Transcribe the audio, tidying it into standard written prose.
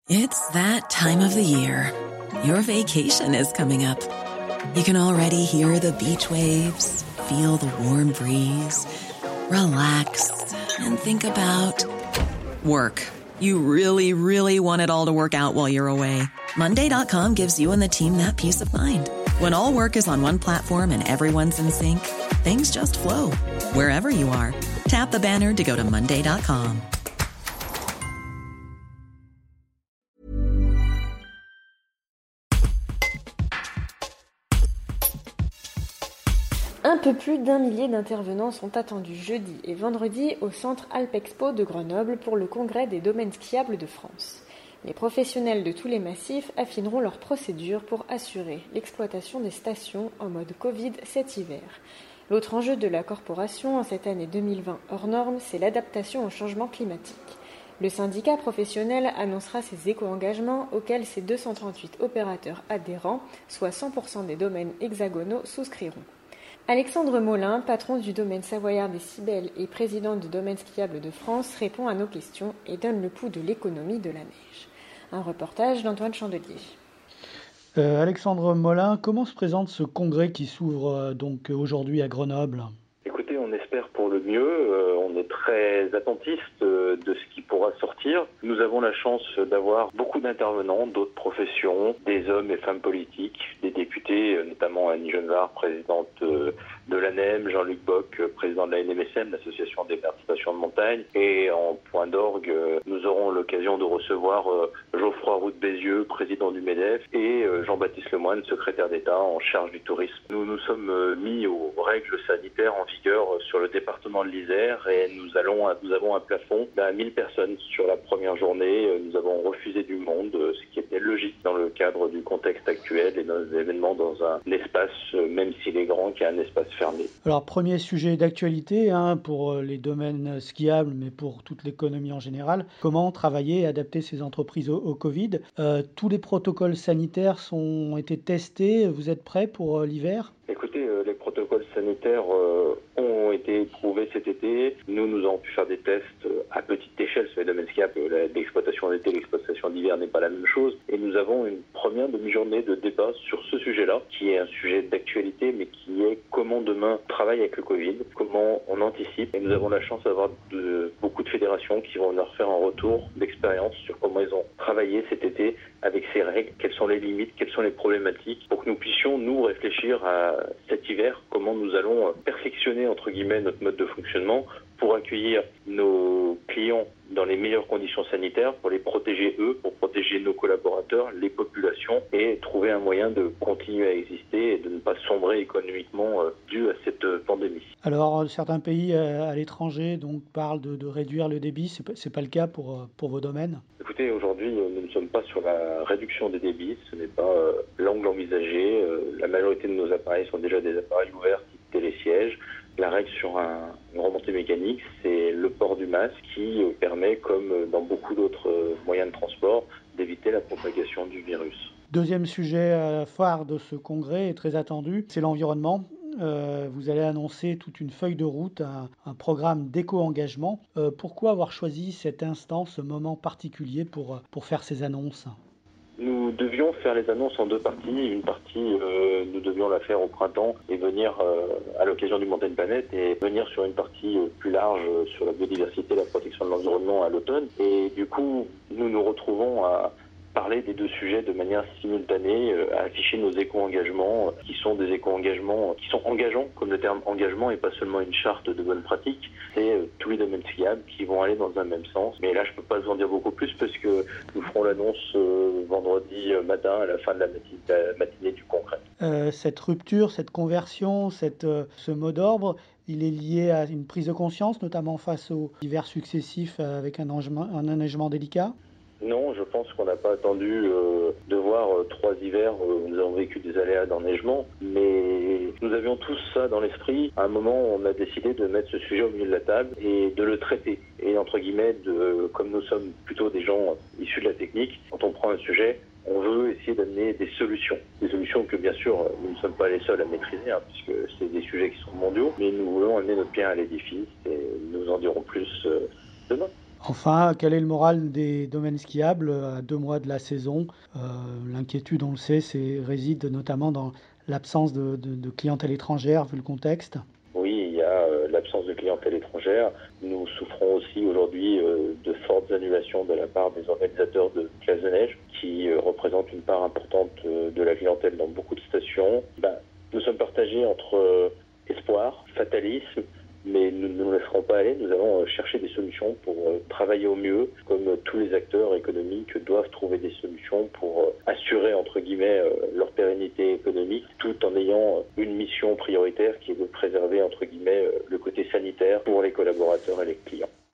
It's that time of the year. Your vacation is coming up. You can already hear the beach waves, feel the warm breeze, relax, and think about work. You really, really want it all to work out while you're away. Monday.com gives you and the team that peace of mind. When all work is on one platform and everyone's in sync, things just flow. Wherever you are, tap the banner to go to Monday.com. Un peu plus d'1 millier d'intervenants sont attendus jeudi et vendredi au centre Alpexpo de Grenoble pour le congrès des domaines skiables de France. Les professionnels de tous les massifs affineront leurs procédures pour assurer l'exploitation des stations en mode Covid cet hiver. L'autre enjeu de la corporation en cette année 2020 hors norme, c'est l'adaptation au changement climatique. Le syndicat professionnel annoncera ses éco-engagements auxquels ses 238 opérateurs adhérents, soit 100% des domaines hexagonaux, souscriront. Alexandre Molin, patron du domaine savoyard des Cybèles et président du domaine skiable de France, répond à nos questions et donne le pouls de l'économie de la neige. Un reportage d'Antoine Chandelier. Alexandre Molin, comment se présente ce congrès qui s'ouvre donc aujourd'hui à Grenoble ? Écoutez, on espère pour le mieux, on est très attentiste de ce qui pourra sortir. Nous avons la chance d'avoir beaucoup d'intervenants, d'autres professions, des hommes et femmes politiques, des députés, notamment Annie Genevard, présidente de l'ANEM, Jean-Luc Bock, président de la NMSM, l'association des maires de stations de montagne, et en point d'orgue, nous aurons l'occasion de recevoir Geoffroy Roux de Bézieux, président du MEDEF, et Jean-Baptiste Lemoyne, secrétaire d'État en charge du tourisme. Nous nous sommes mis aux règles sanitaires en vigueur sur le département de l'Isère et nous avons un plafond d'à 1000 personnes sur la première journée. Nous avons refusé du monde, ce qui était logique dans le cadre du contexte actuel et nos événements dans un espace, même s'il est grand, qui est un espace fermé. Alors, premier sujet d'actualité pour les domaines skiables, mais pour toute l'économie en général. Comment travailler et adapter ces entreprises au Covid ? Tous les protocoles sanitaires ont été testés. Vous êtes prêts pour l'hiver ? Écoutez, les protocoles sanitaires ont été éprouvés cet été. Nous avons pu faire des tests à petite échelle sur les domaines skiables. L'exploitation d'été, l'exploitation d'hiver n'est pas la même chose. Et nous avons une première demi-journée de débat sur ce sujet-là, qui est un sujet d'actualité, mais qui est comment demain on travaille avec le Covid, comment on anticipe. Et nous avons la chance d'avoir beaucoup de fédérations qui vont nous faire un retour d'expérience sur comment ils ont travaillé cet été avec ces règles, quelles sont les limites, quelles sont les problématiques, pour que nous puissions, nous, réfléchir à cet hiver, comment nous allons perfectionner, entre guillemets, notre mode de fonctionnement pour accueillir nos clients dans les meilleures conditions sanitaires, pour les protéger eux, pour protéger nos collaborateurs, les populations et trouver un moyen de continuer à exister et de ne pas sombrer économiquement dû à cette pandémie. Alors, certains pays à l'étranger donc, parlent de réduire le débit. C'est pas le cas pour vos domaines ? Écoutez, aujourd'hui, nous ne sommes pas sur la réduction des débits. Ce n'est pas l'angle envisagé. La majorité de nos appareils sont déjà des appareils ouverts type télésiège. La règle sur une remontée mécanique, c'est le port du masque qui permet, comme dans beaucoup d'autres moyens de transport, d'éviter la propagation du virus. Deuxième sujet phare de ce congrès, et très attendu, c'est l'environnement. Vous allez annoncer toute une feuille de route, un programme d'éco-engagement. Pourquoi avoir choisi cet instant, ce moment particulier pour faire ces annonces ? Nous devions faire les annonces en deux parties. Une partie, nous devions la faire au printemps et venir à l'occasion du Mountain Planet et venir sur une partie plus large sur la biodiversité, la protection de l'environnement à l'automne. Et du coup, nous nous retrouvons à parler des deux sujets de manière simultanée, à afficher nos éco-engagements, qui sont des éco-engagements qui sont engageants, comme le terme engagement, et pas seulement une charte de bonne pratique. C'est tous les domaines skiables qui vont aller dans un même sens. Mais là, je peux pas vous en dire beaucoup plus parce que nous ferons l'annonce vendredi matin à la fin de la matinée du congrès. Cette rupture, cette conversion, ce mot d'ordre, il est lié à une prise de conscience, notamment face aux hivers successifs avec un enneigement délicat ? Non, je pense qu'on n'a pas attendu de voir 3 hivers où nous avons vécu des aléas d'enneigement, mais nous avions tous ça dans l'esprit. À un moment, on a décidé de mettre ce sujet au milieu de la table et de le traiter. Et entre guillemets, comme nous sommes plutôt des gens issus de la technique, quand on prend un sujet, on veut essayer d'amener des solutions. Des solutions que, bien sûr, nous ne sommes pas les seuls à maîtriser, puisque c'est des sujets qui sont mondiaux, mais nous voulons amener notre pierre à l'édifice et nous en dirons plus demain. Enfin, quel est le moral des domaines skiables à 2 mois de la saison? L'inquiétude, on le sait, réside notamment dans l'absence de clientèle étrangère, vu le contexte. Oui, il y a l'absence de clientèle étrangère. Nous souffrons aussi aujourd'hui de fortes annulations de la part des organisateurs de classe de neige qui représentent une part importante de la clientèle dans beaucoup de stations. Nous sommes partagés entre espoir, fatalisme, mais nous ne nous laisserons pas aller. Nous allons chercher des solutions pour travailler au mieux, comme tous les acteurs économiques doivent trouver des solutions pour assurer, entre guillemets, leur pérennité économique, tout en ayant une mission prioritaire qui est de préserver, entre guillemets, le côté sanitaire pour les collaborateurs et les clients.